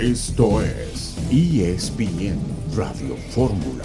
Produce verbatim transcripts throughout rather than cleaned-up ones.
Esto es E S P N Radio Fórmula.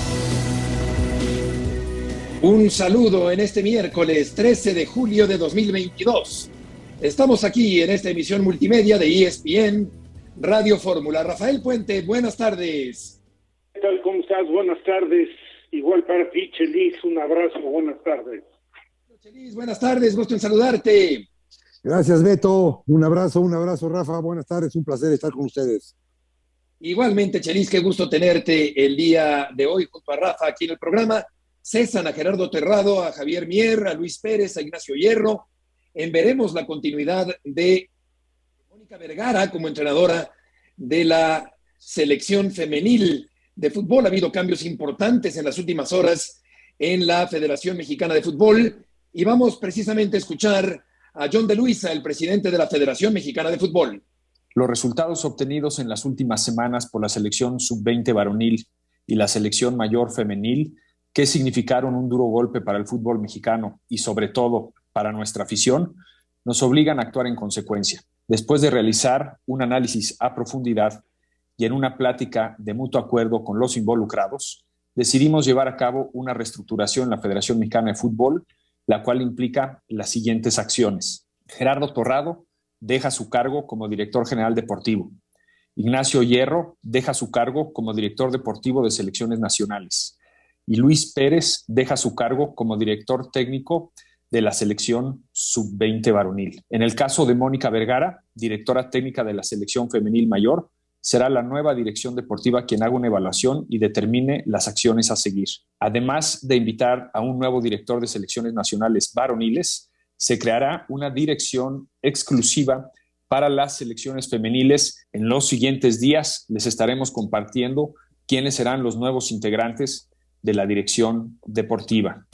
Un saludo en este miércoles trece de julio de dos mil veintidós. Estamos aquí en esta emisión multimedia de E S P N Radio Fórmula. Rafael Puente, buenas tardes. ¿Qué tal? ¿Cómo estás? Buenas tardes. Igual para ti, Chelis, un abrazo, buenas tardes. Chelis, buenas tardes, gusto en saludarte. Gracias, Beto. Un abrazo, un abrazo, Rafa. Buenas tardes, un placer estar con ustedes. Igualmente, Chelis, qué gusto tenerte el día de hoy junto a Rafa aquí en el programa. Cesan a Gerardo Terrado, a Javier Mier, a Luis Pérez, a Ignacio Hierro. En veremos la continuidad de Mónica Vergara como entrenadora de la selección femenil de fútbol. Ha habido cambios importantes en las últimas horas en la Federación Mexicana de Fútbol y vamos precisamente a escuchar a John de Luisa, el presidente de la Federación Mexicana de Fútbol. Los resultados obtenidos en las últimas semanas por la selección sub veinte varonil y la selección mayor femenil, que significaron un duro golpe para el fútbol mexicano y sobre todo para nuestra afición, nos obligan a actuar en consecuencia. Después de realizar un análisis a profundidad y en una plática de mutuo acuerdo con los involucrados, decidimos llevar a cabo una reestructuración en la Federación Mexicana de Fútbol, la cual implica las siguientes acciones. Gerardo Torrado deja su cargo como director general deportivo. Ignacio Hierro deja su cargo como director deportivo de selecciones nacionales. Y Luis Pérez deja su cargo como director técnico de la selección sub veinte varonil. En el caso de Mónica Vergara, directora técnica de la selección femenil mayor, será la nueva dirección deportiva quien haga una evaluación y determine las acciones a seguir. Además de invitar a un nuevo director de selecciones nacionales varoniles, se creará una dirección exclusiva para las selecciones femeniles. En los siguientes días les estaremos compartiendo quiénes serán los nuevos integrantes de la dirección deportiva.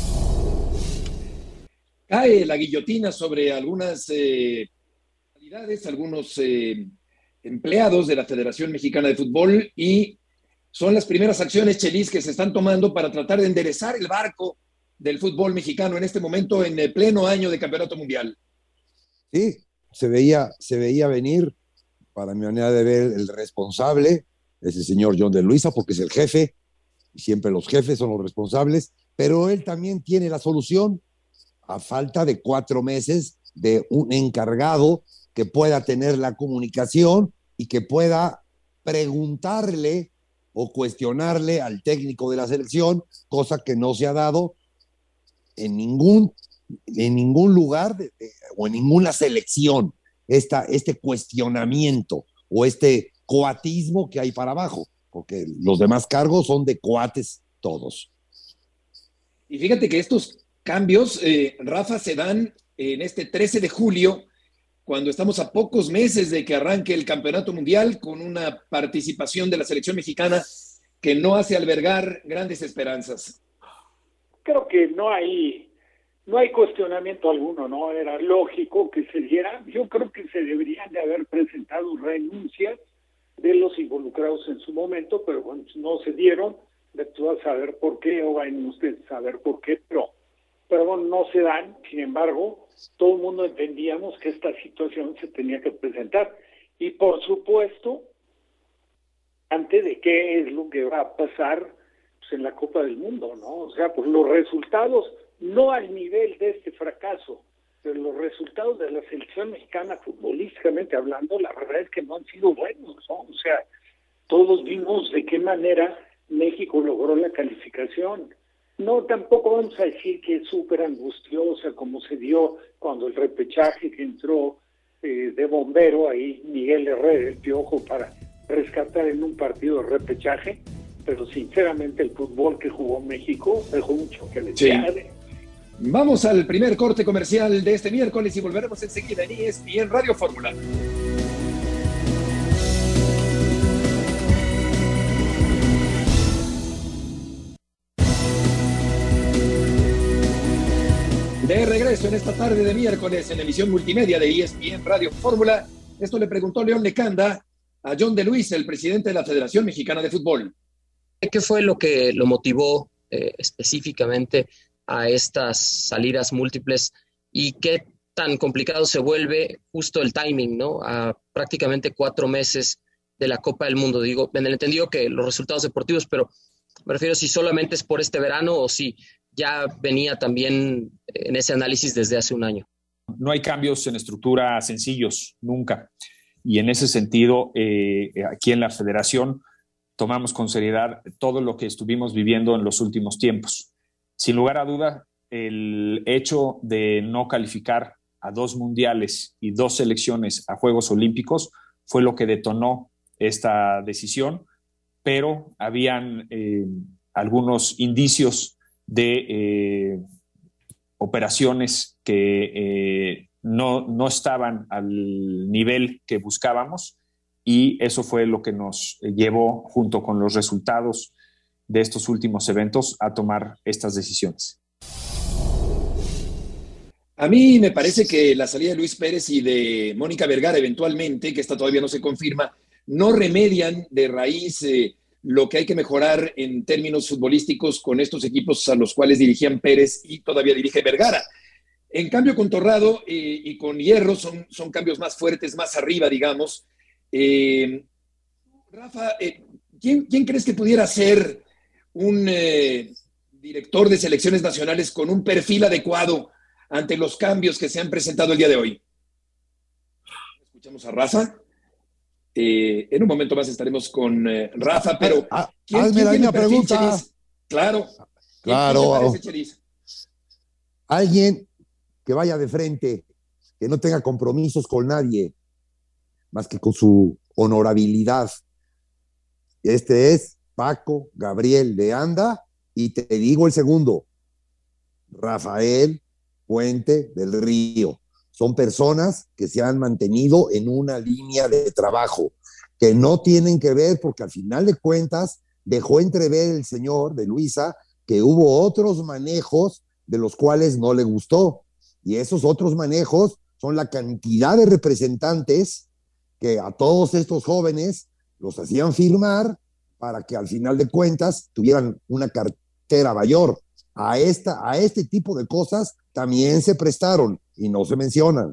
Cae la guillotina sobre algunas eh, realidades, algunos eh, empleados de la Federación Mexicana de Fútbol y son las primeras acciones, Chelis, que se están tomando para tratar de enderezar el barco del fútbol mexicano en este momento en el pleno año de Campeonato Mundial. Sí, se veía, se veía venir, para mi manera de ver, el responsable es el señor John de Luisa, porque es el jefe, y siempre los jefes son los responsables, pero él también tiene la solución a falta de cuatro meses de un encargado que pueda tener la comunicación y que pueda preguntarle o cuestionarle al técnico de la selección, cosa que no se ha dado en ningún, en ningún lugar de, de, o en ninguna selección, esta, este cuestionamiento o este coatismo que hay para abajo, porque los demás cargos son de coates todos. Y fíjate que estos cambios, eh, Rafa, se dan en este trece de julio, cuando estamos a pocos meses de que arranque el Campeonato Mundial, con una participación de la selección mexicana que no hace albergar grandes esperanzas. Creo que no hay, no hay cuestionamiento alguno, ¿no? Era lógico que se diera. Yo creo que se deberían de haber presentado renuncias de los involucrados en su momento, pero bueno, no se dieron. Tú vas a saber por qué, o van ustedes a saber por qué, pero, pero bueno, no se dan. Sin embargo, todo el mundo entendíamos que esta situación se tenía que presentar. Y por supuesto, antes de qué es lo que va a pasar pues, en la Copa del Mundo, ¿no? O sea, pues los resultados, no al nivel de este fracaso, pero los resultados de la selección mexicana futbolísticamente hablando, la verdad es que no han sido buenos, ¿no? O sea, todos vimos de qué manera México logró la calificación. No, tampoco vamos a decir que es súper angustiosa como se dio cuando el repechaje que entró eh, de bombero ahí Miguel Herrera, el Piojo, para rescatar en un partido de repechaje, pero sinceramente el fútbol que jugó México dejó mucho que desear. Sí. Vamos al primer corte comercial de este miércoles y volveremos enseguida en E S P N Radio Fórmula. De regreso en esta tarde de miércoles en la emisión multimedia de E S P N Radio Fórmula. Esto le preguntó León Lecanda a John de Luisa, el presidente de la Federación Mexicana de Fútbol. ¿Qué fue lo que lo motivó eh, específicamente a estas salidas múltiples y qué tan complicado se vuelve justo el timing, ¿no? A prácticamente cuatro meses de la Copa del Mundo. Digo, en el entendido que los resultados deportivos, pero me refiero si solamente es por este verano o si ya venía también en ese análisis desde hace un año. No hay cambios en estructura sencillos, nunca. Y en ese sentido, eh, aquí en la Federación tomamos con seriedad todo lo que estuvimos viviendo en los últimos tiempos. Sin lugar a duda, el hecho de no calificar a dos mundiales y dos selecciones a Juegos Olímpicos fue lo que detonó esta decisión, pero habían eh, algunos indicios de eh, operaciones que eh, no, no estaban al nivel que buscábamos, y eso fue lo que nos llevó, junto con los resultados de estos últimos eventos, a tomar estas decisiones. A mí me parece que la salida de Luis Pérez y de Mónica Vergara eventualmente, que esta todavía no se confirma, no remedian de raíz eh, lo que hay que mejorar en términos futbolísticos con estos equipos a los cuales dirigían Pérez y todavía dirige Vergara. En cambio, con Torrado eh, y con Hierro son, son cambios más fuertes, más arriba, digamos. Eh, Rafa, eh, ¿quién, ¿quién crees que pudiera ser un eh, director de selecciones nacionales con un perfil adecuado ante los cambios que se han presentado el día de hoy? Escuchamos a Rafa. Eh, en un momento más estaremos con eh, Rafa, pero ah, ¿quién, hazme ¿quién la tiene misma perfil, pregunta. Chelis? Claro. Claro. ¿Quién te parece, Chelis? Alguien que vaya de frente, que no tenga compromisos con nadie, más que con su honorabilidad. Este es Paco Gabriel de Anda, y te digo el segundo, Rafael Puente del Río. Son personas que se han mantenido en una línea de trabajo, que no tienen que ver, porque al final de cuentas dejó entrever el señor de Luisa que hubo otros manejos de los cuales no le gustó, y esos otros manejos son la cantidad de representantes que a todos estos jóvenes los hacían firmar para que al final de cuentas tuvieran una cartera mayor. A, esta, a este tipo de cosas también se prestaron y no se mencionan.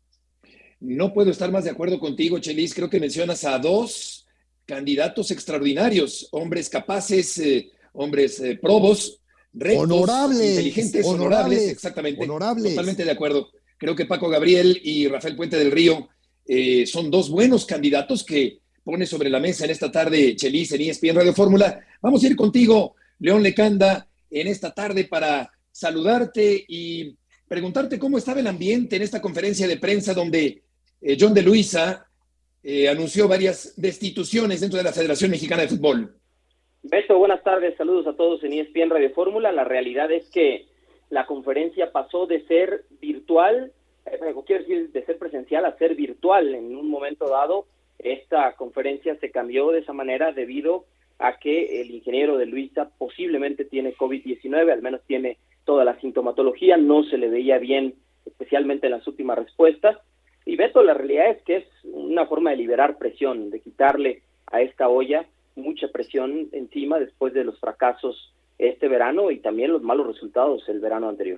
No puedo estar más de acuerdo contigo, Chelis. Creo que mencionas a dos candidatos extraordinarios, hombres capaces, eh, hombres eh, probos, rectos, honorables, inteligentes, honorables, honorables, exactamente. Honorables. Totalmente de acuerdo. Creo que Paco Gabriel y Rafael Puente del Río eh, son dos buenos candidatos que pone sobre la mesa en esta tarde Chelis en E S P N Radio Fórmula. Vamos a ir contigo, León Lecanda, en esta tarde para saludarte y preguntarte cómo estaba el ambiente en esta conferencia de prensa donde eh, John de Luisa eh, anunció varias destituciones dentro de la Federación Mexicana de Fútbol. Beto, buenas tardes, saludos a todos en E S P N Radio Fórmula. La realidad es que la conferencia pasó de ser virtual, eh, quiero decir, de ser presencial a ser virtual. En un momento dado, esta conferencia se cambió de esa manera debido a que el ingeniero de Luisa posiblemente tiene COVID diecinueve, al menos tiene toda la sintomatología, no se le veía bien, especialmente en las últimas respuestas. Y Beto, la realidad es que es una forma de liberar presión, de quitarle a esta olla mucha presión encima después de los fracasos este verano y también los malos resultados el verano anterior.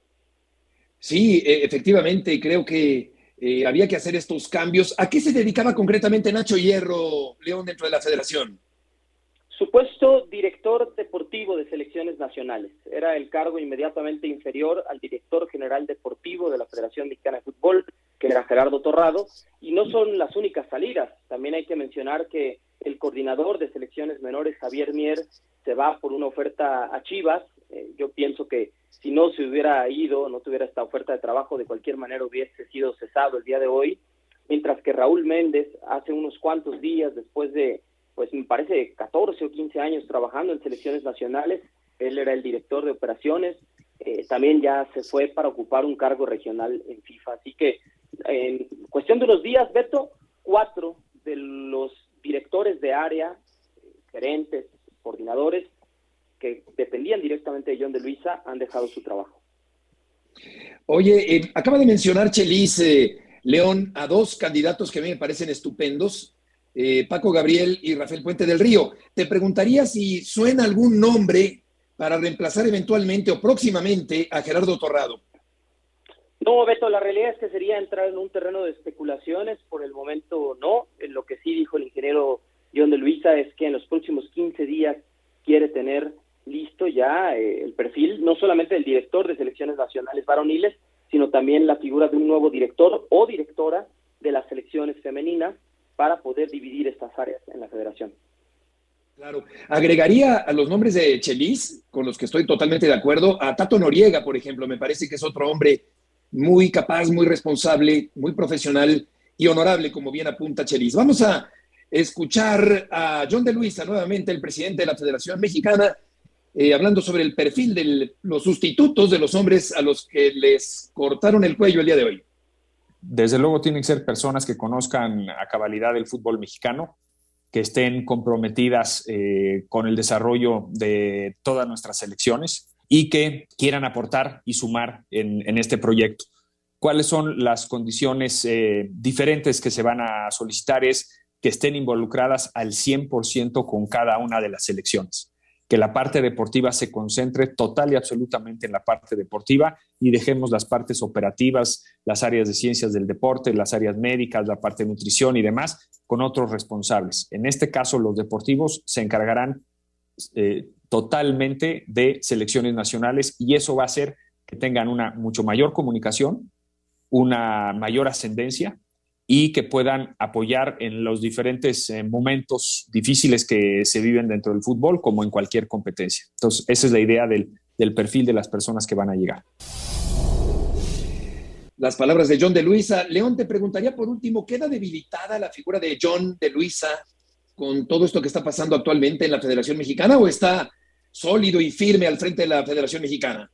Sí, eh, efectivamente, creo que eh, había que hacer estos cambios. ¿A qué se dedicaba concretamente Nacho Hierro, León, dentro de la federación? Supuesto director deportivo de selecciones nacionales. Era el cargo inmediatamente inferior al director general deportivo de la Federación Mexicana de Fútbol, que era Gerardo Torrado, y no son las únicas salidas. También hay que mencionar que el coordinador de selecciones menores, Javier Mier, se va por una oferta a Chivas. Eh, yo pienso que si no se hubiera ido, no tuviera esta oferta de trabajo, de cualquier manera hubiese sido cesado el día de hoy, mientras que Raúl Méndez, hace unos cuantos días, después de pues me parece catorce o quince años trabajando en selecciones nacionales, él era el director de operaciones, eh, también ya se fue para ocupar un cargo regional en FIFA. Así que en cuestión de unos días, Beto, cuatro de los directores de área, gerentes, coordinadores, que dependían directamente de John de Luisa, han dejado su trabajo. Oye, eh, acaba de mencionar Chelis, eh, León, a dos candidatos que a mí me parecen estupendos, Eh, Paco Gabriel y Rafael Puente del Río. Te preguntaría si suena algún nombre para reemplazar eventualmente o próximamente a Gerardo Torrado. No, Beto, la realidad es que sería entrar en un terreno de especulaciones. Por el momento no. En lo que sí dijo el ingeniero que en los próximos quince días quiere tener listo ya eh, el perfil, no solamente del director de selecciones nacionales varoniles, sino también la figura de un nuevo director o directora de las selecciones femeninas para poder dividir estas áreas en la federación. Claro. Agregaría a los nombres de Chelis, con los que estoy totalmente de acuerdo, a Tato Noriega, por ejemplo. Me parece que es otro hombre muy capaz, muy responsable, muy profesional y honorable, como bien apunta Chelis. Vamos a escuchar a John de Luisa, nuevamente el presidente de la Federación Mexicana, eh, hablando sobre el perfil de los sustitutos de los hombres a los que les cortaron el cuello el día de hoy. Desde luego tienen que ser personas que conozcan a cabalidad el fútbol mexicano, que estén comprometidas eh, con el desarrollo de todas nuestras selecciones y que quieran aportar y sumar en, en este proyecto. ¿Cuáles son las condiciones eh, diferentes que se van a solicitar? Es que estén involucradas al cien por ciento con cada una de las selecciones, que la parte deportiva se concentre total y absolutamente en la parte deportiva y dejemos las partes operativas, las áreas de ciencias del deporte, las áreas médicas, la parte de nutrición y demás, con otros responsables. En este caso, los deportivos se encargarán eh, totalmente de selecciones nacionales y eso va a hacer que tengan una mucho mayor comunicación, una mayor ascendencia y que puedan apoyar en los diferentes eh, momentos difíciles que se viven dentro del fútbol, como en cualquier competencia. Entonces, esa es la idea del, del perfil de las personas que van a llegar. Las palabras de John de Luisa. León, te preguntaría por último, ¿queda debilitada la figura de John de Luisa con todo esto que está pasando actualmente en la Federación Mexicana o está sólido y firme al frente de la Federación Mexicana?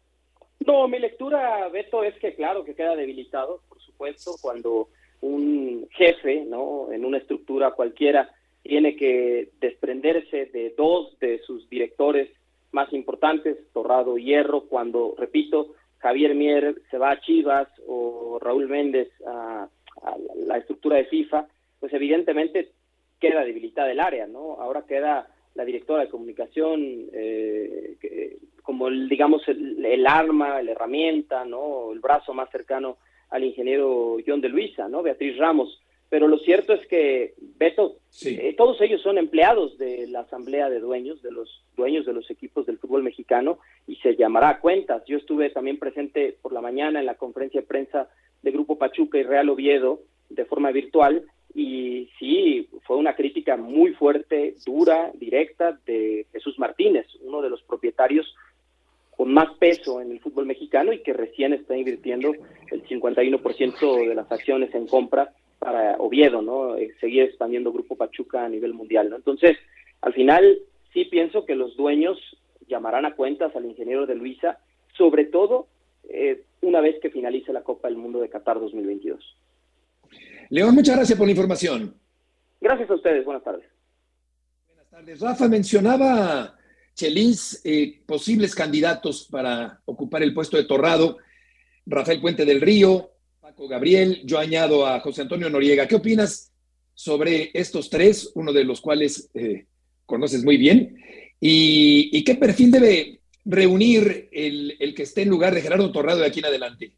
No, mi lectura, Beto, es que claro que queda debilitado, por supuesto, cuando un jefe, ¿no?, en una estructura cualquiera tiene que desprenderse de dos de sus directores más importantes, Torrado y Hierro, cuando, repito, Javier Mier se va a Chivas o Raúl Méndez a, a la estructura de FIFA, pues evidentemente queda debilitada el área, ¿no? Ahora queda la directora de comunicación eh, que, como, el, digamos, el, el arma, la herramienta, ¿no?, el brazo más cercano al ingeniero John de Luisa, ¿no?, Beatriz Ramos. Pero lo cierto es que, Beto, sí. eh, todos ellos son empleados de la asamblea de dueños, de los dueños de los equipos del fútbol mexicano, y se llamará a cuentas. Yo estuve también presente por la mañana en la conferencia de prensa de Grupo Pachuca y Real Oviedo de forma virtual, y sí, fue una crítica muy fuerte, dura, directa de Jesús Martínez, uno de los propietarios con más peso en el fútbol mexicano y que recién está invirtiendo el cincuenta y uno por ciento de las acciones en compra para Oviedo, ¿no?, eh, seguir expandiendo Grupo Pachuca a nivel mundial, ¿no? Entonces, al final, sí pienso que los dueños llamarán a cuentas al ingeniero de Luisa, sobre todo eh, una vez que finalice la Copa del Mundo de Qatar dos mil veintidós. León, muchas gracias por la información. Gracias a ustedes, buenas tardes. Buenas tardes. Rafa, mencionaba Chelis eh, posibles candidatos para ocupar el puesto de Torrado, Rafael Puente del Río, Paco Gabriel, yo añado a José Antonio Noriega. ¿Qué opinas sobre estos tres, uno de los cuales eh, conoces muy bien? ¿Y, y qué perfil debe reunir el, el que esté en lugar de Gerardo Torrado de aquí en adelante?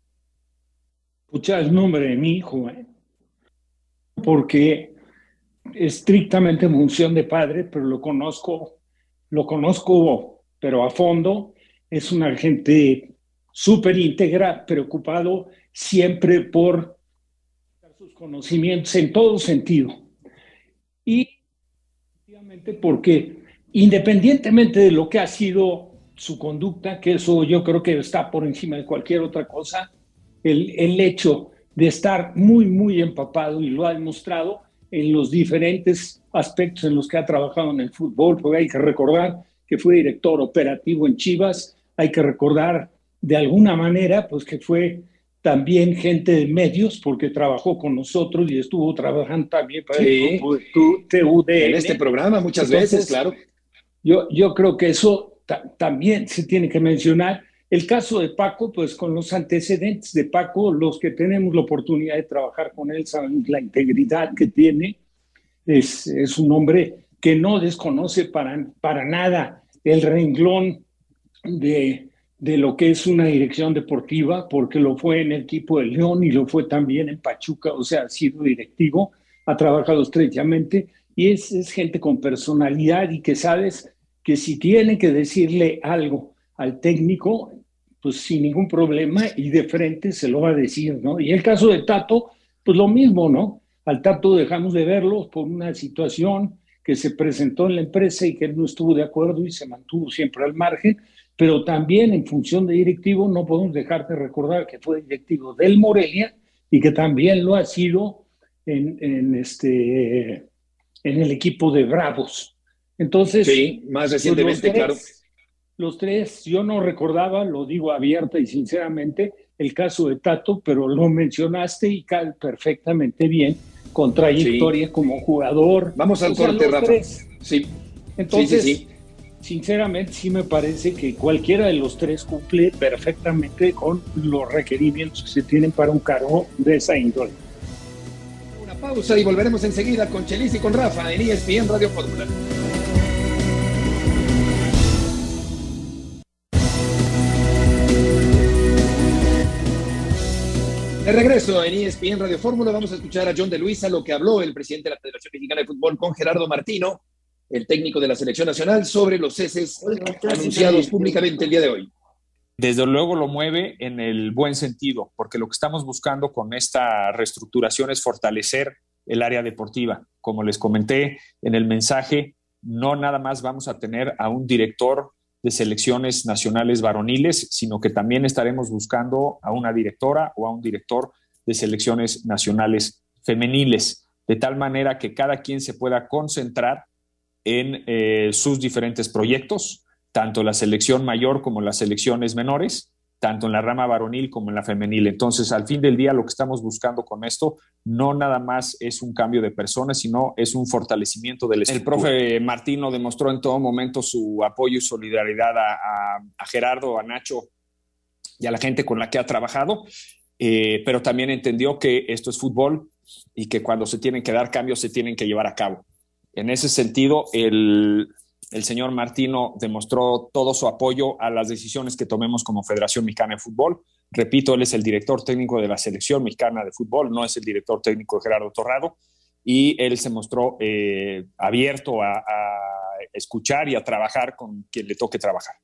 Escucha el nombre de mi hijo, ¿eh? Porque estrictamente en función de padre, pero lo conozco, lo conozco, pero a fondo. Es una gente súper íntegra, preocupado siempre por sus conocimientos en todo sentido. Y efectivamente porque independientemente de lo que ha sido su conducta, que eso yo creo que está por encima de cualquier otra cosa, el, el hecho de estar muy, muy empapado, y lo ha demostrado en los diferentes aspectos en los que ha trabajado en el fútbol, porque hay que recordar que fue director operativo en Chivas, hay que recordar de alguna manera pues que fue también gente de medios, porque trabajó con nosotros y estuvo trabajando también para sí. el grupo de T U D N. En este programa muchas Entonces, veces, claro. Yo, yo creo que eso ta- también se tiene que mencionar. El caso de Paco, pues con los antecedentes de Paco, los que tenemos la oportunidad de trabajar con él saben la integridad que tiene. Es, es un hombre que no desconoce para, para nada el renglón de, de lo que es una dirección deportiva, porque lo fue en el equipo de León y lo fue también en Pachuca, o sea, ha sido directivo, ha trabajado estrechamente y es, es gente con personalidad y que sabes que si tiene que decirle algo al técnico, pues sin ningún problema y de frente se lo va a decir, ¿no? Y el caso de Tato, pues lo mismo, ¿no? Al Tato dejamos de verlo por una situación que se presentó en la empresa y que él no estuvo de acuerdo y se mantuvo siempre al margen, pero también en función de directivo no podemos dejar de recordar que fue directivo del Morelia y que también lo ha sido en, en, este, en el equipo de Bravos. Entonces, sí, más recientemente, pues los tres, claro. Los tres, yo no recordaba, lo digo abierta y sinceramente, el caso de Tato, pero lo mencionaste y cae perfectamente bien, con trayectoria sí. como jugador. Vamos al corte, Rafa. Tres. Sí. Entonces, sí, sí, sí. sinceramente, sí me parece que cualquiera de los tres cumple perfectamente con los requerimientos que se tienen para un cargo de esa índole. Una pausa y volveremos enseguida con Chelis y con Rafa en E S P N Radio Fórmula. De regreso en E S P N Radio Fórmula, vamos a escuchar a John de Luisa, lo que habló el presidente de la Federación Mexicana de Fútbol con Gerardo Martino, el técnico de la Selección Nacional, sobre los ceses anunciados públicamente el día de hoy. Desde luego lo mueve en el buen sentido, porque lo que estamos buscando con esta reestructuración es fortalecer el área deportiva. Como les comenté en el mensaje, no nada más vamos a tener a un director de selecciones nacionales varoniles, sino que también estaremos buscando a una directora o a un director de selecciones nacionales femeniles, de tal manera que cada quien se pueda concentrar en eh, sus diferentes proyectos, tanto la selección mayor como las selecciones menores, tanto en la rama varonil como en la femenil. Entonces, al fin del día, lo que estamos buscando con esto no nada más es un cambio de personas, sino es un fortalecimiento del estructura. El profe Martino demostró en todo momento su apoyo y solidaridad a, a, a Gerardo, a Nacho y a la gente con la que ha trabajado, eh, pero también entendió que esto es fútbol y que cuando se tienen que dar cambios se tienen que llevar a cabo. En ese sentido, el... El señor Martino demostró todo su apoyo a las decisiones que tomemos como Federación Mexicana de Fútbol. Repito, él es el director técnico de la Selección Mexicana de Fútbol, no es el director técnico de Gerardo Torrado, y él se mostró eh, abierto a, a escuchar y a trabajar con quien le toque trabajar.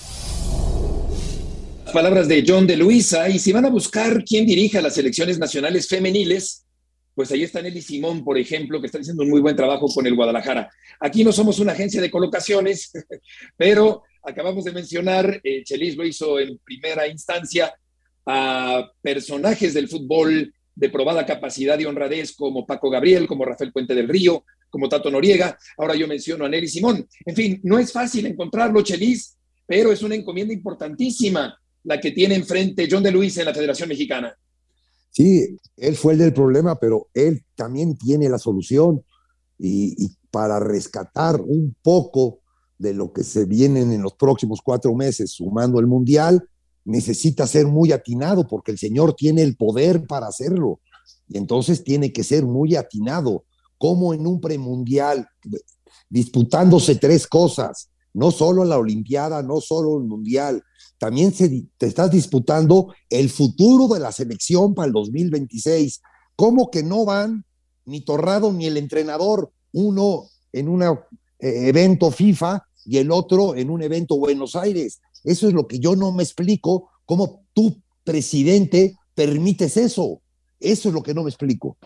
Palabras de John de Luisa, y si van a buscar quién dirija las selecciones nacionales femeniles, pues ahí está Nelly Simón, por ejemplo, que está haciendo un muy buen trabajo con el Guadalajara. Aquí no somos una agencia de colocaciones, pero acabamos de mencionar, eh, Chelis lo hizo en primera instancia, a personajes del fútbol de probada capacidad y honradez como Paco Gabriel, como Rafael Puente del Río, como Tato Noriega. Ahora yo menciono a Nelly Simón. En fin, no es fácil encontrarlo, Chelis, pero es una encomienda importantísima la que tiene enfrente John de Luisa en la Federación Mexicana. Sí, él fue el del problema, pero él también tiene la solución y, y para rescatar un poco de lo que se vienen en los próximos cuatro meses, sumando el Mundial, necesita ser muy atinado porque el señor tiene el poder para hacerlo y entonces tiene que ser muy atinado, como en un premundial, disputándose tres cosas, no solo la Olimpiada, no solo el Mundial, también se, te estás disputando el futuro de la selección para el dos mil veintiséis. ¿Cómo que no van ni Torrado ni el entrenador? Uno en un eh, evento FIFA y el otro en un evento Buenos Aires. Eso es lo que yo no me explico. ¿Cómo tú, presidente, permites eso? Eso es lo que no me explico.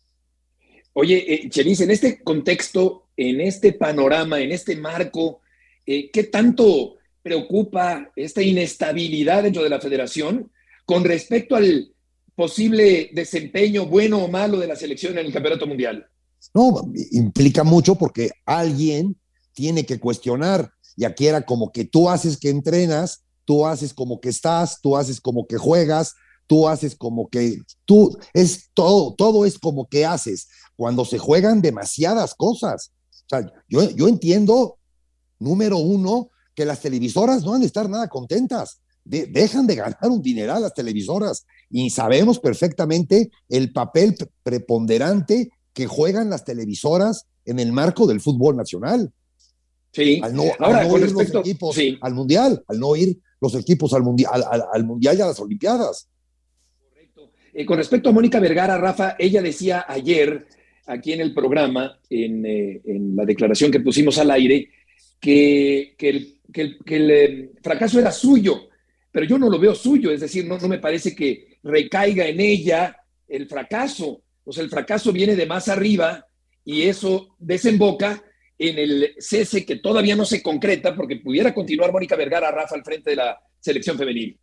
Oye, eh, Chelis, en este contexto, en este panorama, en este marco, eh, ¿qué tanto preocupa esta inestabilidad dentro de la federación con respecto al posible desempeño bueno o malo de la selección en el campeonato mundial? No, implica mucho porque alguien tiene que cuestionar, y aquí era como que tú haces que entrenas, tú haces como que estás, tú haces como que juegas, tú haces como que tú, es todo, todo es como que haces, cuando se juegan demasiadas cosas. O sea, yo, yo entiendo, número uno, que las televisoras no han de estar nada contentas, de, dejan de ganar un dineral las televisoras, y sabemos perfectamente el papel preponderante que juegan las televisoras en el marco del fútbol nacional. Sí, al no, ahora al no con ir respecto los equipos sí. al mundial, al no ir los equipos al mundial, al, al, al mundial y a las olimpiadas. Correcto. Eh, con respecto a Mónica Vergara, Rafa, ella decía ayer aquí en el programa, en, eh, en la declaración que pusimos al aire, que, que, el, que, el, que el eh, fracaso era suyo, pero yo no lo veo suyo, es decir, no, no me parece que recaiga en ella el fracaso. O sea, el fracaso viene de más arriba y eso desemboca en el cese que todavía no se concreta porque pudiera continuar Mónica Vergara, Rafa, al frente de la selección femenil.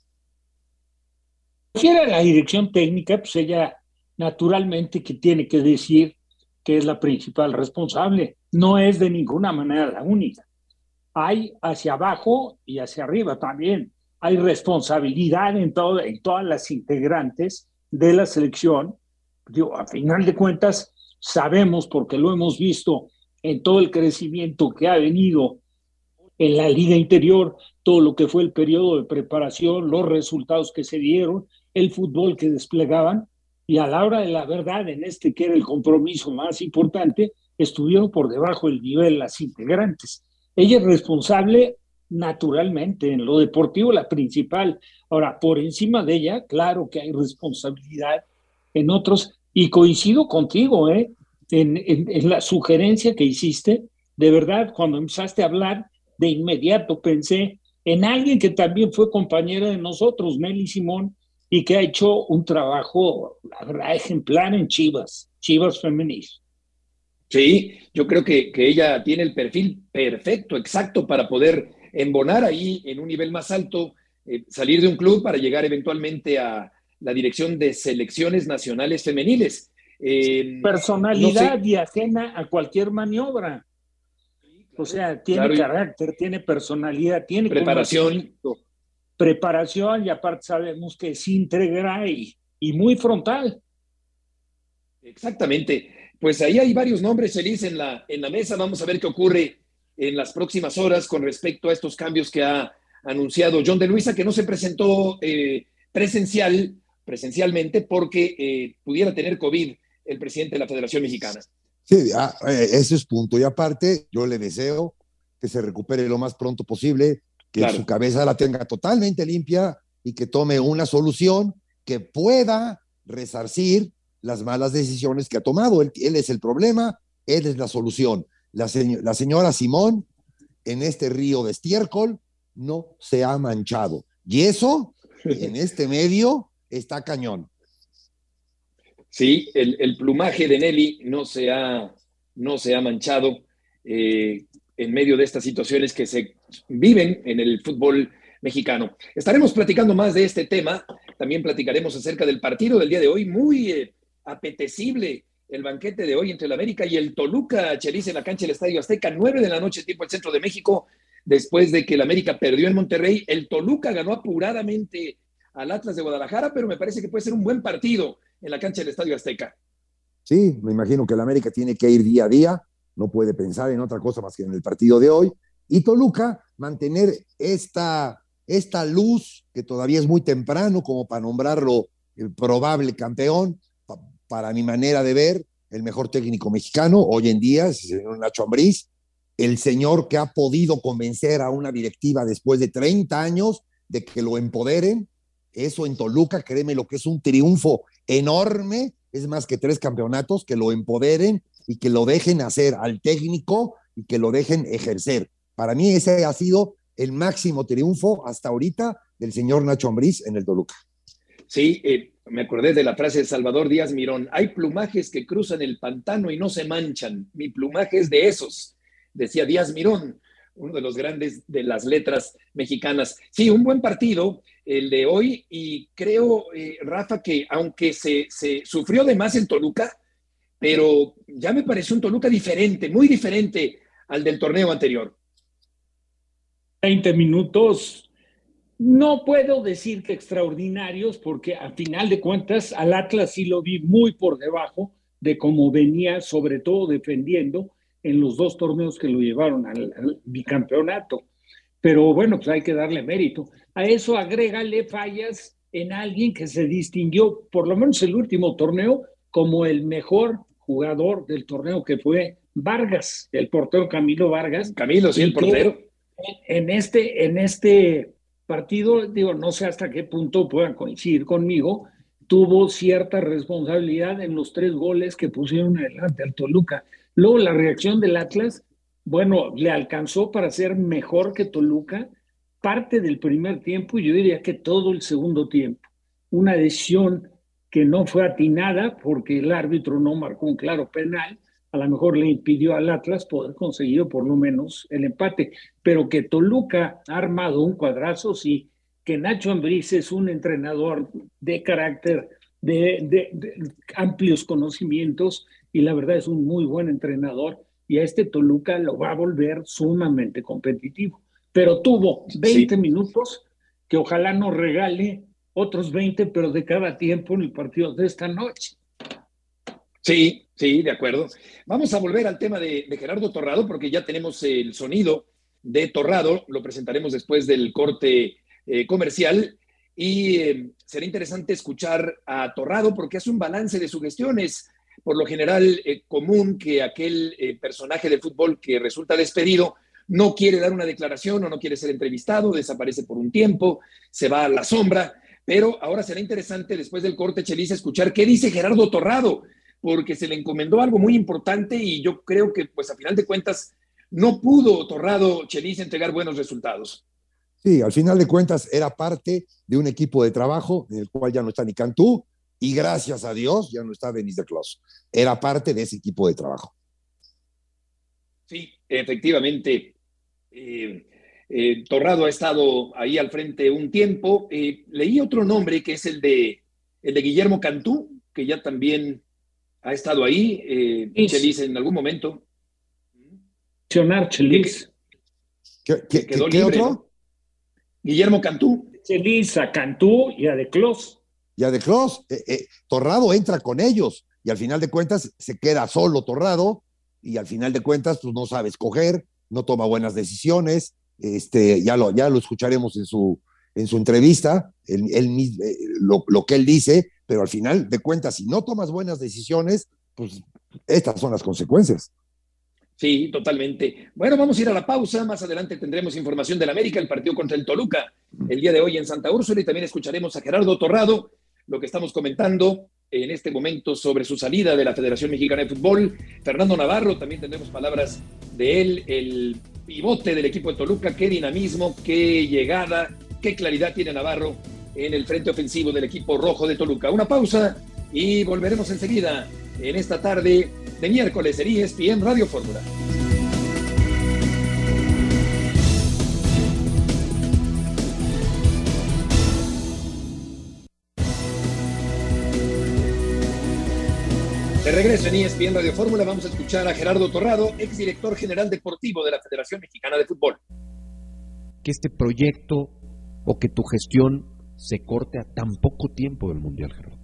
Si era la dirección técnica, pues ella naturalmente que tiene que decir que es la principal responsable. No es de ninguna manera la única. Hay hacia abajo y hacia arriba también. Hay responsabilidad en, todo, en todas las integrantes de la selección. Digo, a final de cuentas, sabemos, porque lo hemos visto en todo el crecimiento que ha venido en la liga interior, todo lo que fue el periodo de preparación, los resultados que se dieron, el fútbol que desplegaban, y a la hora de la verdad, en este que era el compromiso más importante, estuvieron por debajo del nivel las integrantes. Ella es responsable naturalmente, en lo deportivo la principal. Ahora, por encima de ella, claro que hay responsabilidad en otros, y coincido contigo, ¿eh? En, en, en la sugerencia que hiciste. De verdad, cuando empezaste a hablar, de inmediato pensé en alguien que también fue compañera de nosotros, Nelly Simón, y que ha hecho un trabajo, la verdad, ejemplar en Chivas, Chivas femenil. Sí, yo creo que, que ella tiene el perfil perfecto, exacto, para poder embonar ahí en un nivel más alto, eh, salir de un club para llegar eventualmente a la dirección de selecciones nacionales femeniles. Eh, Personalidad no sé. y ajena a cualquier maniobra. O sea, tiene Claro, carácter, tiene personalidad, tiene preparación. Preparación, y aparte sabemos que es íntegra y, y muy frontal. Exactamente. Pues ahí hay varios nombres, Elis, en la, en la mesa. Vamos a ver qué ocurre en las próximas horas con respecto a estos cambios que ha anunciado John de Luisa, que no se presentó eh, presencial, presencialmente porque eh, pudiera tener COVID el presidente de la Federación Mexicana. Sí, ah, eh, ese es punto. Y aparte, yo le deseo que se recupere lo más pronto posible, que claro. su cabeza la tenga totalmente limpia y que tome una solución que pueda resarcir las malas decisiones que ha tomado. Él, él es el problema, él es la solución. La, se, la señora Simón, en este río de estiércol, no se ha manchado. Y eso, en este medio, está cañón. Sí, el, el plumaje de Nelly no se ha, no se ha manchado eh, en medio de estas situaciones que se viven en el fútbol mexicano. Estaremos platicando más de este tema. También platicaremos acerca del partido del día de hoy. Muy eh, apetecible el banquete de hoy entre el América y el Toluca, Chelis, en la cancha del Estadio Azteca, nueve de la noche, tiempo del centro de México. Después de que el América perdió en Monterrey, el Toluca ganó apuradamente al Atlas de Guadalajara, pero me parece que puede ser un buen partido en la cancha del Estadio Azteca. Sí, me imagino que el América tiene que ir día a día, no puede pensar en otra cosa más que en el partido de hoy, y Toluca mantener esta, esta luz, que todavía es muy temprano como para nombrarlo el probable campeón, pa, para mi manera de ver, el mejor técnico mexicano hoy en día es el señor Nacho Ambriz, el señor que ha podido convencer a una directiva después de treinta años de que lo empoderen. Eso en Toluca, créeme lo que es un triunfo enorme, es más que tres campeonatos, que lo empoderen y que lo dejen hacer al técnico y que lo dejen ejercer. Para mí ese ha sido el máximo triunfo hasta ahorita del señor Nacho Ambriz en el Toluca. Sí, eh, me acordé de la frase de Salvador Díaz Mirón: hay plumajes que cruzan el pantano y no se manchan, mi plumaje es de esos, decía Díaz Mirón, uno de los grandes de las letras mexicanas. Sí, un buen partido el de hoy, y creo, eh, Rafa, que aunque se, se sufrió de más en Toluca, pero ya me pareció un Toluca diferente, muy diferente al del torneo anterior. veinte minutos, no puedo decir que extraordinarios, porque a final de cuentas al Atlas sí lo vi muy por debajo de cómo venía, sobre todo defendiendo en los dos torneos que lo llevaron al, al bicampeonato. Pero bueno, pues hay que darle mérito. A eso agrégale fallas en alguien que se distinguió, por lo menos el último torneo, como el mejor jugador del torneo, que fue Vargas, el portero Camilo Vargas. Camilo, sí, el portero. En este, en este partido, digo, no sé hasta qué punto puedan coincidir conmigo, tuvo cierta responsabilidad en los tres goles que pusieron adelante al Toluca. Luego la reacción del Atlas, bueno, le alcanzó para ser mejor que Toluca parte del primer tiempo y yo diría que todo el segundo tiempo. Una decisión que no fue atinada porque el árbitro no marcó un claro penal, a lo mejor le impidió al Atlas poder conseguir por lo menos el empate, pero que Toluca ha armado un cuadrazo, sí, que Nacho Ambriz es un entrenador de carácter, de, de, de amplios conocimientos y la verdad es un muy buen entrenador y a este Toluca lo va a volver sumamente competitivo. Pero tuvo veinte sí. minutos que ojalá nos regale otros veinte, pero de cada tiempo en el partido de esta noche. Sí, sí, de acuerdo. Vamos a volver al tema de, de Gerardo Torrado porque ya tenemos el sonido de Torrado, lo presentaremos después del corte eh, comercial y eh, será interesante escuchar a Torrado porque hace un balance de su gestión. Es por lo general eh, común que aquel eh, personaje del fútbol que resulta despedido no quiere dar una declaración o no quiere ser entrevistado, desaparece por un tiempo, se va a la sombra, pero ahora será interesante después del corte, Chelis, escuchar qué dice Gerardo Torrado, porque se le encomendó algo muy importante y yo creo que, pues, a final de cuentas, no pudo Torrado, Chelis, entregar buenos resultados. Sí, al final de cuentas era parte de un equipo de trabajo en el cual ya no está ni Cantú y gracias a Dios ya no está Denis de Clos. Era parte de ese equipo de trabajo. Sí, efectivamente. Eh, eh, Torrado ha estado ahí al frente un tiempo. Eh, leí otro nombre que es el de, el de Guillermo Cantú, que ya también ha estado ahí, eh, Chelis, en algún momento. Mencionar Chelis. ¿Qué, qué, quedó ¿qué libre, otro? ¿no? Guillermo Cantú. Chelis, a Cantú y a De Clos. Y a De Clos. Eh, eh, Torrado entra con ellos y al final de cuentas se queda solo Torrado y al final de cuentas pues no sabe escoger, no toma buenas decisiones. Este, ya, lo, ya lo escucharemos en su, en su entrevista, él, él, eh, lo, lo que él dice, pero al final de cuentas, si no tomas buenas decisiones, pues estas son las consecuencias. Sí, totalmente. Bueno, vamos a ir a la pausa. Más adelante tendremos información del América, el partido contra el Toluca, el día de hoy en Santa Úrsula, y también escucharemos a Gerardo Torrado, lo que estamos comentando en este momento sobre su salida de la Federación Mexicana de Fútbol. Fernando Navarro, también tendremos palabras de él, el pivote del equipo de Toluca. Qué dinamismo, qué llegada, qué claridad tiene Navarro en el frente ofensivo del equipo rojo de Toluca. Una pausa y volveremos enseguida en esta tarde de miércoles en E S P N Radio Fórmula. De regreso en E S P N Radio Fórmula vamos a escuchar a Gerardo Torrado, exdirector general deportivo de la Federación Mexicana de Fútbol. Que este proyecto o que tu gestión se corte a tan poco tiempo del Mundial, Gerardo.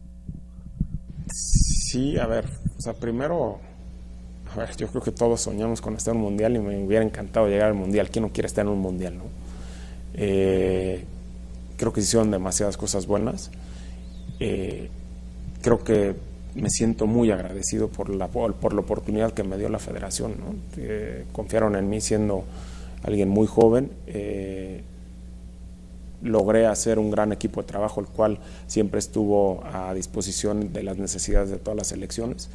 Sí, a ver, o sea, primero, a ver, yo creo que todos soñamos con estar en un Mundial y me hubiera encantado llegar al Mundial. ¿Quién no quiere estar en un Mundial, no? Eh, creo que hicieron demasiadas cosas buenas. Eh, creo que me siento muy agradecido por la, por la oportunidad que me dio la federación, ¿no? Eh, confiaron en mí siendo alguien muy joven. Eh, logré hacer un gran equipo de trabajo, el cual siempre estuvo a disposición de las necesidades de todas las selecciones.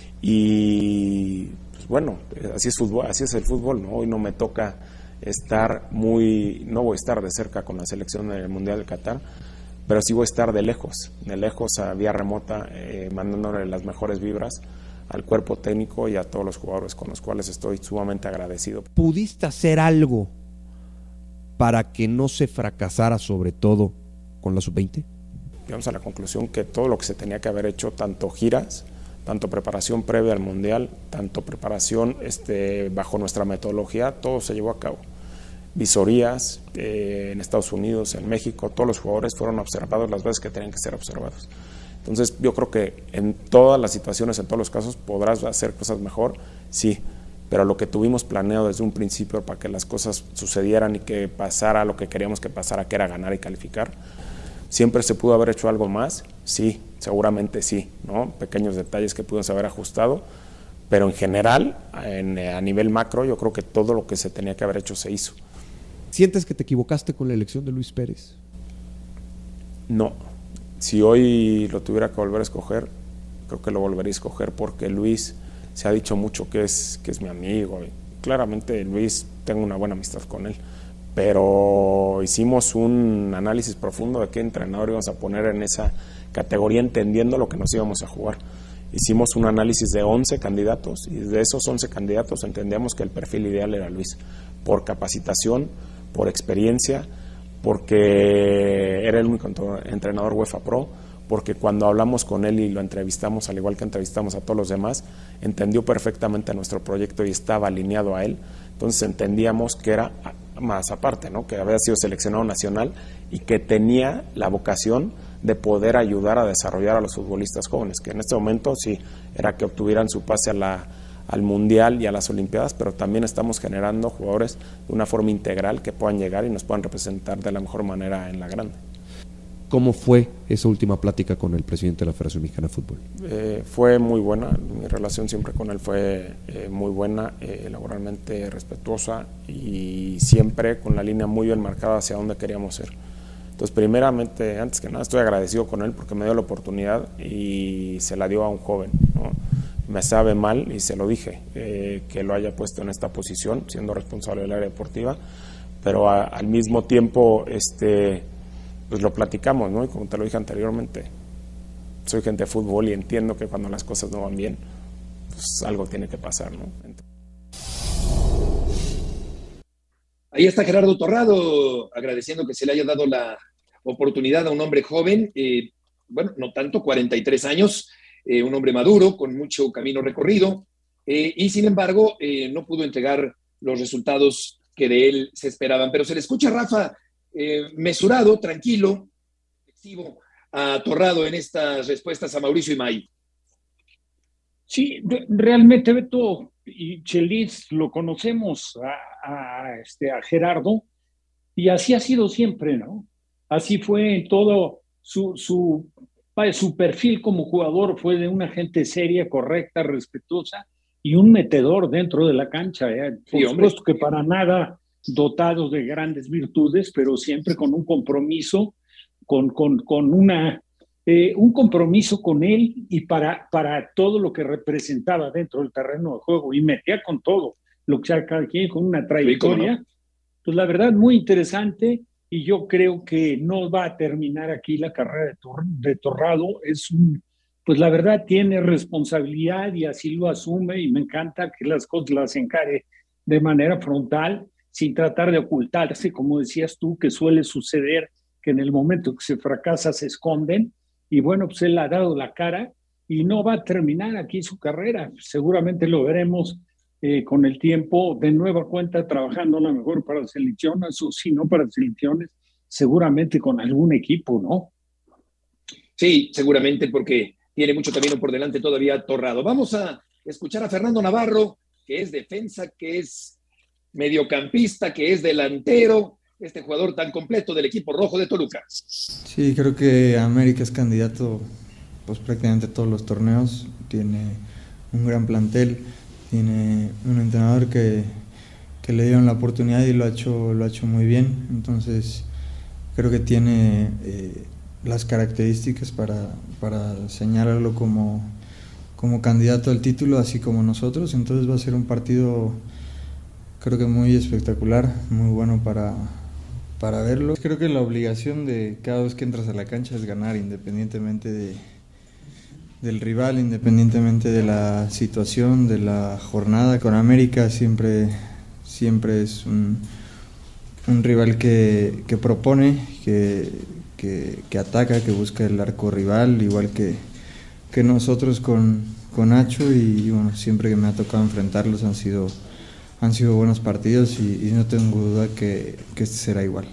Y pues bueno, así es fútbol, así es el fútbol, ¿no? Hoy no me toca estar muy, no voy a estar de cerca con la selección en el Mundial de Qatar, pero sí voy a estar de lejos, de lejos a vía remota, eh, mandándole las mejores vibras al cuerpo técnico y a todos los jugadores con los cuales estoy sumamente agradecido. ¿Pudiste hacer algo para que no se fracasara, sobre todo con la sub veinte? Llegamos a la conclusión que todo lo que se tenía que haber hecho, tanto giras, tanto preparación previa al Mundial, tanto preparación este, bajo nuestra metodología, todo se llevó a cabo. Visorías eh, en Estados Unidos, en México, todos los jugadores fueron observados las veces que tenían que ser observados. Entonces yo creo que en todas las situaciones, en todos los casos, podrás hacer cosas mejor, sí, pero lo que tuvimos planeado desde un principio para que las cosas sucedieran y que pasara lo que queríamos que pasara, que era ganar y calificar, ¿siempre se pudo haber hecho algo más? Sí, seguramente sí, ¿no? Pequeños detalles que pudimos haber ajustado, pero en general, en, a nivel macro, yo creo que todo lo que se tenía que haber hecho se hizo. ¿Sientes que te equivocaste con la elección de Luis Pérez? No, si hoy lo tuviera que volver a escoger, creo que lo volvería a escoger porque Luis se ha dicho mucho que es, que es mi amigo. Y claramente Luis, tengo una buena amistad con él, pero hicimos un análisis profundo de qué entrenador íbamos a poner en esa categoría, entendiendo lo que nos íbamos a jugar. Hicimos un análisis de once candidatos y de esos once candidatos entendíamos que el perfil ideal era Luis, por capacitación, por experiencia, porque era el único entrenador UEFA Pro, porque cuando hablamos con él y lo entrevistamos, al igual que entrevistamos a todos los demás, entendió perfectamente nuestro proyecto y estaba alineado a él. Entonces entendíamos que era más aparte, ¿no? Que había sido seleccionado nacional y que tenía la vocación de poder ayudar a desarrollar a los futbolistas jóvenes, que en este momento sí era que obtuvieran su pase a la, al Mundial y a las Olimpiadas, pero también estamos generando jugadores de una forma integral que puedan llegar y nos puedan representar de la mejor manera en la grande. ¿Cómo fue esa última plática con el presidente de la Federación Mexicana de Fútbol? Eh, fue muy buena, mi relación siempre con él fue eh, muy buena, eh, laboralmente respetuosa y siempre con la línea muy bien marcada hacia dónde queríamos ir. Entonces, primeramente, antes que nada, estoy agradecido con él porque me dio la oportunidad y se la dio a un joven, ¿no? Me sabe mal y se lo dije, eh, que lo haya puesto en esta posición, siendo responsable del área deportiva, pero a, al mismo tiempo, este, pues lo platicamos, ¿no? Y como te lo dije anteriormente, soy gente de fútbol y entiendo que cuando las cosas no van bien, pues algo tiene que pasar, ¿no? Entonces, ahí está Gerardo Torrado, agradeciendo que se le haya dado la oportunidad a un hombre joven, eh, bueno, no tanto, cuarenta y tres años, eh, un hombre maduro, con mucho camino recorrido, eh, y sin embargo eh, no pudo entregar los resultados que de él se esperaban. Pero se le escucha, Rafa, eh, mesurado, tranquilo, reflexivo a Torrado en estas respuestas a Mauricio Imay. Sí, realmente, Beto y Chelis, lo conocemos a, a, este, a Gerardo, y así ha sido siempre, ¿no? Así fue en todo su, su, su perfil como jugador, fue de una gente seria, correcta, respetuosa y un metedor dentro de la cancha. ¿eh? Por sí, supuesto que para nada dotado de grandes virtudes, pero siempre con un compromiso, con, con, con una... Eh, un compromiso con él y para, para todo lo que representaba dentro del terreno de juego, y metía con todo lo que sea cada quien, con una trayectoria, sí, no? Pues la verdad muy interesante, y yo creo que no va a terminar aquí la carrera de, Tor de Torrado. Es un, pues la verdad tiene responsabilidad y así lo asume, y me encanta que las cosas las encare de manera frontal, sin tratar de ocultarse, como decías tú, que suele suceder, que en el momento que se fracasa se esconden. Y bueno, pues él ha dado la cara y no va a terminar aquí su carrera. Seguramente lo veremos eh, con el tiempo de nueva cuenta trabajando a lo mejor para selecciones, o si no para selecciones, seguramente con algún equipo, ¿no? Sí, seguramente, porque tiene mucho camino por delante todavía Torrado. Vamos a escuchar a Fernando Navarro, que es defensa, que es mediocampista, que es delantero, este jugador tan completo del equipo rojo de Toluca. Sí, creo que América es candidato pues prácticamente a todos los torneos, tiene un gran plantel, tiene un entrenador que, que le dieron la oportunidad y lo ha hecho, lo ha hecho muy bien, entonces creo que tiene eh, las características para, para señalarlo como, como candidato al título, así como nosotros, entonces va a ser un partido creo que muy espectacular, muy bueno para... para verlo. Creo que la obligación de cada vez que entras a la cancha es ganar, independientemente de, del rival, independientemente de la situación, de la jornada. Con América siempre, siempre es un, un rival que, que propone, que, que, que ataca, que busca el arco rival, igual que, que nosotros con, con Nacho, y bueno, siempre que me ha tocado enfrentarlos han sido... han sido buenos partidos y, y no tengo duda que, que este será igual.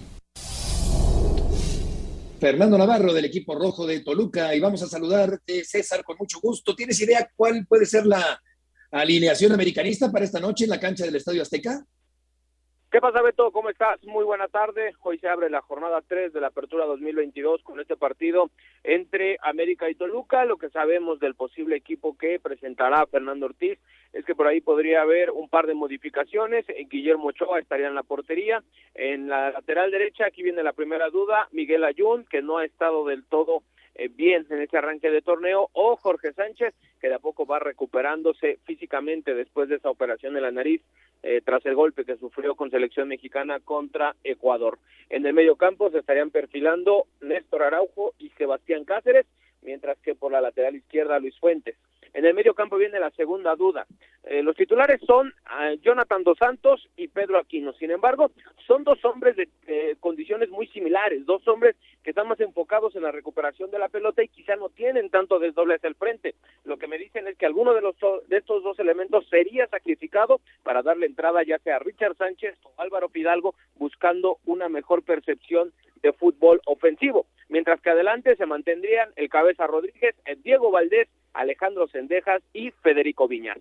Fernando Navarro del equipo rojo de Toluca, y vamos a saludarte, César, con mucho gusto. ¿Tienes idea cuál puede ser la alineación americanista para esta noche en la cancha del Estadio Azteca? ¿Qué pasa, Beto? ¿Cómo estás? Muy buena tarde. Hoy se abre la jornada tres de la Apertura dos mil veintidós con este partido entre América y Toluca. Lo que sabemos del posible equipo que presentará Fernando Ortiz es que por ahí podría haber un par de modificaciones. Guillermo Ochoa estaría en la portería. En la lateral derecha, aquí viene la primera duda, Miguel Ayun, que no ha estado del todo eh, bien en este arranque de torneo, o Jorge Sánchez, que de a poco va recuperándose físicamente después de esa operación en la nariz, eh, tras el golpe que sufrió con selección mexicana contra Ecuador. En el medio campo se estarían perfilando Néstor Araujo y Sebastián Cáceres, mientras que por la lateral izquierda Luis Fuentes. En el medio campo viene la segunda duda. Eh, los titulares son uh, Jonathan Dos Santos y Pedro Aquino. Sin embargo, son dos hombres de eh, condiciones muy similares, dos hombres que están más enfocados en la recuperación de la pelota y quizá no tienen tanto desdoble hacia el frente. Lo que me dicen es que alguno de, los, de estos dos elementos sería sacrificado para darle entrada ya sea a Richard Sánchez o Álvaro Fidalgo, buscando una mejor percepción de fútbol ofensivo. Mientras que adelante se mantendrían el Cabeza Rodríguez, el Diego Valdés, Alejandro Sendejas y Federico Viñas.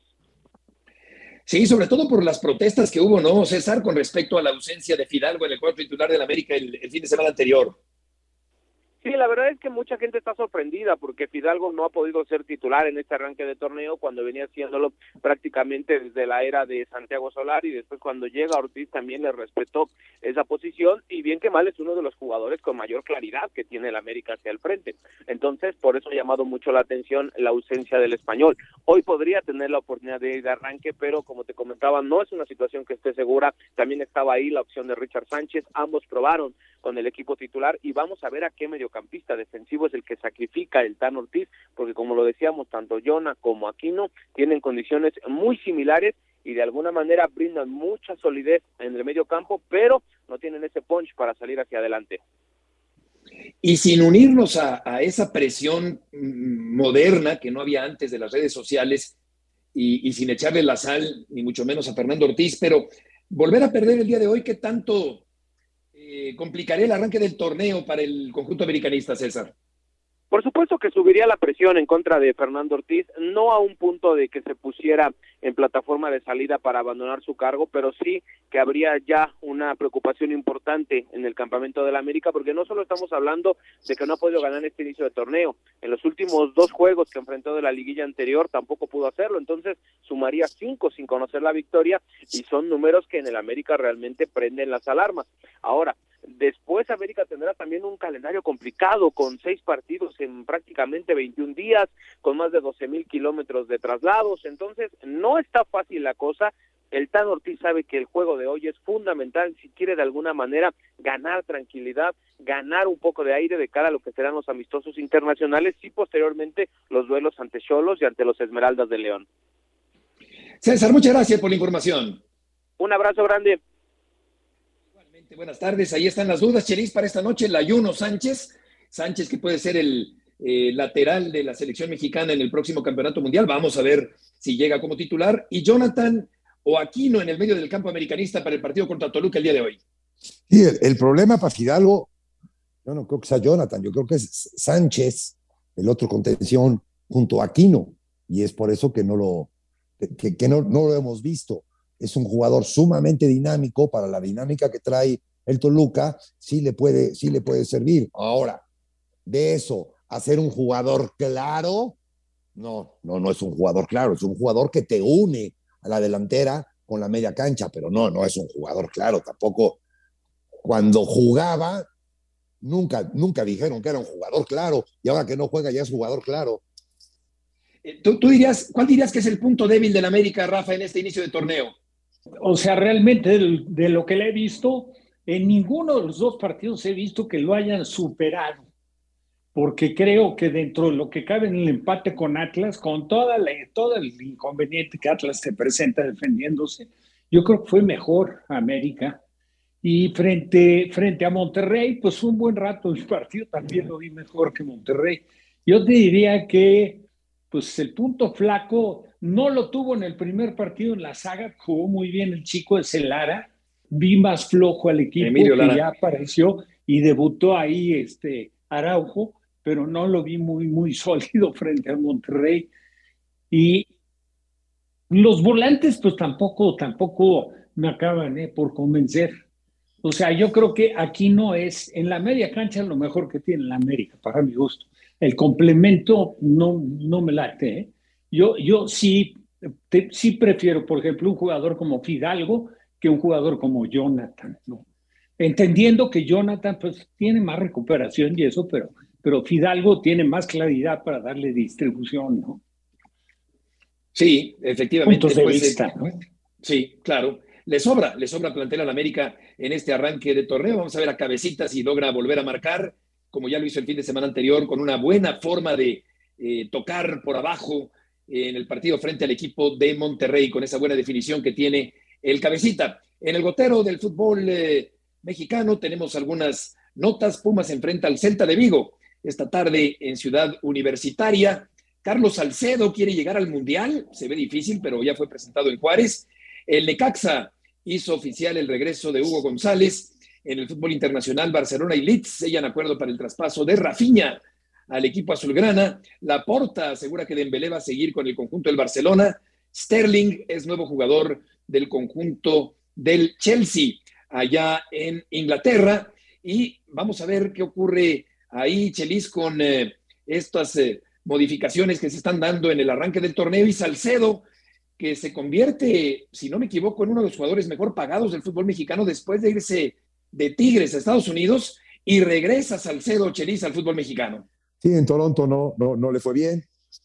Sí, sobre todo por las protestas que hubo, ¿no, César, con respecto a la ausencia de Fidalgo en el cuadro titular del América el, el fin de semana anterior? Sí, la verdad es que mucha gente está sorprendida porque Fidalgo no ha podido ser titular en este arranque de torneo cuando venía haciéndolo prácticamente desde la era de Santiago Solari, y después cuando llega Ortiz también le respetó esa posición, y bien que mal es uno de los jugadores con mayor claridad que tiene el América hacia el frente. Entonces, por eso ha llamado mucho la atención la ausencia del español. Hoy podría tener la oportunidad de ir de arranque, pero como te comentaba, no es una situación que esté segura. También estaba ahí la opción de Richard Sánchez, ambos probaron con el equipo titular, y vamos a ver a qué mediocampista defensivo es el que sacrifica el Tan Ortiz, porque como lo decíamos, tanto Jonah como Aquino tienen condiciones muy similares y de alguna manera brindan mucha solidez en el medio campo, pero no tienen ese punch para salir hacia adelante. Y sin unirnos a, a esa presión moderna que no había antes de las redes sociales, y, y sin echarle la sal, ni mucho menos a Fernando Ortiz, pero volver a perder el día de hoy, ¿qué tanto eh, complicaría el arranque del torneo para el conjunto americanista, César? Por supuesto que subiría la presión en contra de Fernando Ortiz, no a un punto de que se pusiera en plataforma de salida para abandonar su cargo, pero sí que habría ya una preocupación importante en el campamento del América, porque no solo estamos hablando de que no ha podido ganar este inicio de torneo, en los últimos dos juegos que enfrentó de la liguilla anterior tampoco pudo hacerlo, entonces sumaría cinco sin conocer la victoria, y son números que en el América realmente prenden las alarmas. Ahora, después América tendrá también un calendario complicado con seis partidos en prácticamente veintiún días, con más de doce mil kilómetros de traslados, entonces no está fácil la cosa. El Tan Ortiz sabe que el juego de hoy es fundamental si quiere de alguna manera ganar tranquilidad, ganar un poco de aire de cara a lo que serán los amistosos internacionales y posteriormente los duelos ante Xolos y ante los Esmeraldas de León. César, muchas gracias por la información. Un abrazo grande. Buenas tardes, ahí están las dudas, Chelis, para esta noche. Layuno Sánchez, Sánchez que puede ser el eh, lateral de la selección mexicana en el próximo campeonato mundial, vamos a ver si llega como titular, y Jonathan o Aquino en el medio del campo americanista para el partido contra Toluca el día de hoy. Sí, el, el problema para Fidalgo, yo no creo que sea Jonathan, yo creo que es Sánchez, el otro contención, junto a Aquino, y es por eso que no lo, que, que no, no lo hemos visto. Es un jugador sumamente dinámico para la dinámica que trae el Toluca, sí le puede, sí le puede servir. Ahora, de eso a ser un jugador claro, no, no, no es un jugador claro, es un jugador que te une a la delantera con la media cancha, pero no, no es un jugador claro, tampoco. Cuando jugaba, nunca, nunca dijeron que era un jugador claro, y ahora que no juega ya es jugador claro. ¿Tú, tú dirías, cuál dirías que es el punto débil del América, Rafa, en este inicio de torneo? O sea, realmente de, de lo que le he visto, en ninguno de los dos partidos he visto que lo hayan superado, porque creo que dentro de lo que cabe en el empate con Atlas, con toda la, todo el inconveniente que Atlas se presenta defendiéndose, yo creo que fue mejor América. Y frente, frente a Monterrey, pues un buen rato el partido también lo vi mejor que Monterrey. Yo te diría que pues el punto flaco no lo tuvo en el primer partido en la saga, jugó muy bien el chico de Celara, vi más flojo al equipo Emilio que Lara. Ya apareció y debutó ahí este Araujo, pero no lo vi muy, muy sólido frente al Monterrey. Y los volantes pues tampoco, tampoco me acaban eh, por convencer. O sea, yo creo que aquí no es, en la media cancha lo mejor que tiene la América, para mi gusto. El complemento no, no me late. ¿eh? Yo, yo sí, te, sí prefiero, por ejemplo, un jugador como Fidalgo que un jugador como Jonathan, ¿no? Entendiendo que Jonathan pues tiene más recuperación y eso, pero pero Fidalgo tiene más claridad para darle distribución, ¿no? Sí, efectivamente. Puntos de pues, vista, eh, ¿no? Sí, claro. Le sobra, le sobra plantel al América en este arranque de torneo. Vamos a ver a Cabecita si logra volver a marcar, como ya lo hizo el fin de semana anterior, con una buena forma de eh, tocar por abajo en el partido frente al equipo de Monterrey, con esa buena definición que tiene el Cabecita. En el gotero del fútbol eh, mexicano tenemos algunas notas. Pumas enfrenta al Celta de Vigo esta tarde en Ciudad Universitaria. Carlos Salcedo quiere llegar al Mundial, se ve difícil, pero ya fue presentado en Juárez. El Necaxa hizo oficial el regreso de Hugo González. En el fútbol internacional, Barcelona y Leeds sellan acuerdo para el traspaso de Rafinha al equipo azulgrana. Laporta asegura que Dembélé va a seguir con el conjunto del Barcelona. Sterling es nuevo jugador del conjunto del Chelsea allá en Inglaterra. Y vamos a ver qué ocurre ahí, Chelis, con eh, estas eh, modificaciones que se están dando en el arranque del torneo. Y Salcedo, que se convierte, si no me equivoco, en uno de los jugadores mejor pagados del fútbol mexicano después de irse de Tigres a Estados Unidos, y regresa Salcedo, Chelis, al fútbol mexicano. Sí, en Toronto no, no, no le fue bien.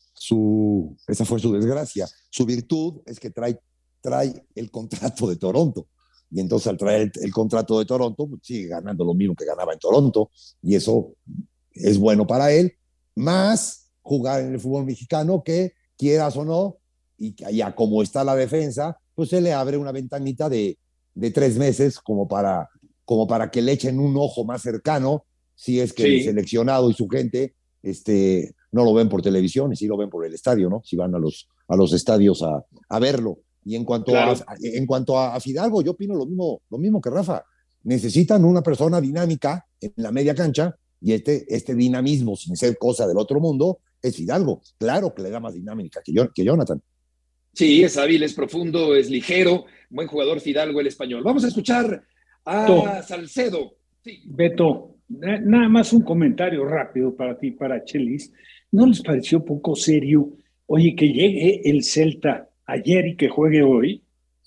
Su, esa fue su desgracia. Su virtud es que trae, trae el contrato de Toronto. Y entonces al traer el, el contrato de Toronto, pues sigue ganando lo mismo que ganaba en Toronto. Y eso es bueno para él. Más jugar en el fútbol mexicano, que quieras o no, y ya como está la defensa, pues se le abre una ventanita de, de tres meses como para, como para que le echen un ojo más cercano, si es que sí, el seleccionado y su gente este, no lo ven por televisión, y sí lo ven por el estadio, ¿no? Si van a los, a los estadios a, a verlo. Y en cuanto, claro. a, en cuanto a Fidalgo, yo opino lo mismo, lo mismo que Rafa. Necesitan una persona dinámica en la media cancha, y este, este dinamismo, sin ser cosa del otro mundo, es Fidalgo. Claro que le da más dinámica que, yo, que Jonathan. Sí, es hábil, es profundo, es ligero, buen jugador Fidalgo, el español. Vamos a escuchar a Beto, Salcedo. Sí. Beto, nada más un comentario rápido para ti, para Chelis. ¿No les pareció poco serio, oye, que llegue el Celta ayer y que juegue hoy?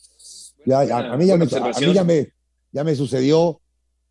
Ya, ya, a mí, ya me, a mí ya, me, ya me sucedió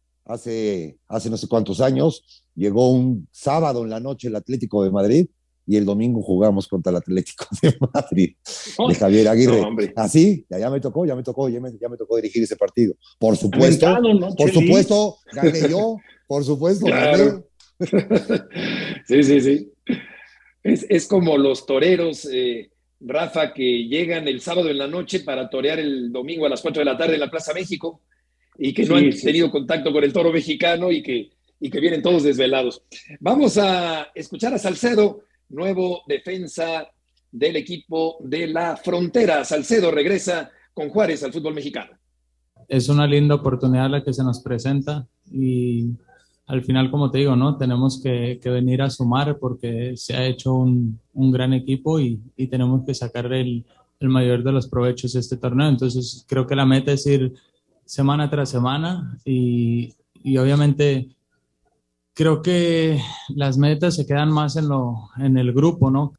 hace, hace no sé cuántos años. Llegó un sábado en la noche el Atlético de Madrid y el domingo jugamos contra el Atlético de Madrid, de Javier Aguirre. No, Así, ya, ya me tocó, ya me tocó, ya me, ya me tocó dirigir ese partido. Por supuesto, Aventado, ¿no, por Chelis? supuesto, gané yo, por supuesto, claro. gané. Sí, sí, sí. Es, es como los toreros, eh, Rafa, que llegan el sábado en la noche para torear el domingo a las cuatro de la tarde en la Plaza México, y que no sí, han sí, tenido sí. contacto con el toro mexicano, y que, y que vienen todos desvelados. Vamos a escuchar a Salcedo, nuevo defensa del equipo de la Frontera. Salcedo regresa con Juárez al fútbol mexicano. Es una linda oportunidad la que se nos presenta, y al final, como te digo, ¿no? Tenemos que, que venir a sumar, porque se ha hecho un, un gran equipo, y, y tenemos que sacar el, el mayor de los provechos de este torneo. Entonces creo que la meta es ir semana tras semana, y, y obviamente creo que las metas se quedan más en, lo, en el grupo, ¿no?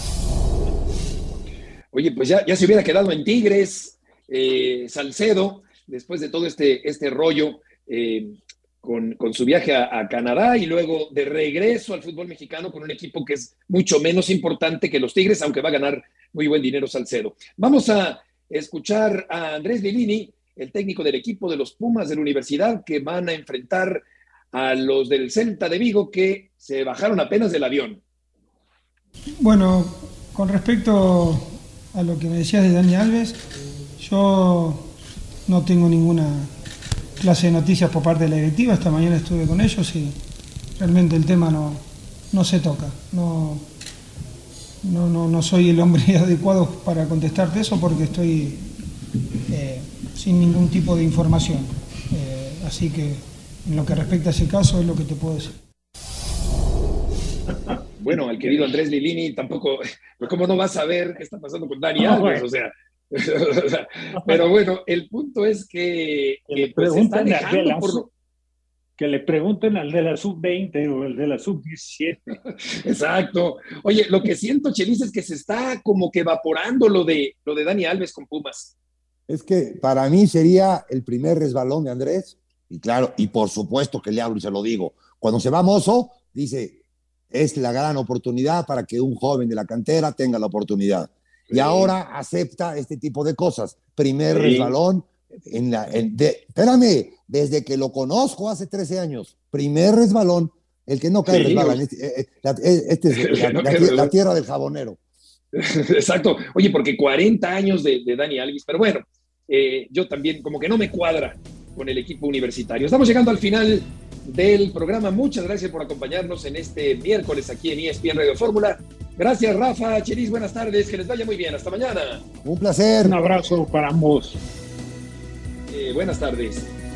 Oye, pues ya, ya se hubiera quedado en Tigres, eh, Salcedo, después de todo este, este rollo eh, con, con su viaje a, a Canadá, y luego de regreso al fútbol mexicano con un equipo que es mucho menos importante que los Tigres, aunque va a ganar muy buen dinero Salcedo. Vamos a escuchar a Andrés Lilini, el técnico del equipo de los Pumas de la Universidad, que van a enfrentar a los del Celta de Vigo, que se bajaron apenas del avión. Bueno, con respecto a lo que me decías de Dani Alves, yo no tengo ninguna clase de noticias por parte de la directiva. Esta mañana estuve con ellos y realmente el tema no, no se toca. No, no, no, no soy el hombre adecuado para contestarte eso, porque estoy eh, sin ningún tipo de información. Eh, así que en lo que respecta a ese caso es lo que te puedo decir. Bueno, el querido Andrés Lilini tampoco, pues cómo no va a saber qué está pasando con Dani Alves, o sea, pero bueno, el punto es que, que, que, pues, está dejando por... sub, que le pregunten al de la sub veinte o el de la sub diecisiete. Exacto. Oye, lo que siento, Chelis, es que se está como que evaporando lo de, lo de Dani Alves con Pumas. Es que para mí sería el primer resbalón de Andrés. Y claro, y por supuesto que le hablo y se lo digo. Cuando se va Mozo, dice, es la gran oportunidad para que un joven de la cantera tenga la oportunidad. Sí. Y ahora acepta este tipo de cosas. Primer sí. resbalón, en la, en de, espérame, desde que lo conozco hace trece años, primer resbalón, el que no cae sí, resbala. No. Este, este es la, la, la, la tierra del jabonero. Exacto. Oye, porque cuarenta años de, de Dani Alves, pero bueno, eh, yo también como que no me cuadra con el equipo universitario. Estamos llegando al final del programa. Muchas gracias por acompañarnos en este miércoles aquí en E S P N Radio Fórmula. Gracias, Rafa, Chelis, buenas tardes, que les vaya muy bien. Hasta mañana. Un placer. Un abrazo para ambos. Eh, buenas tardes.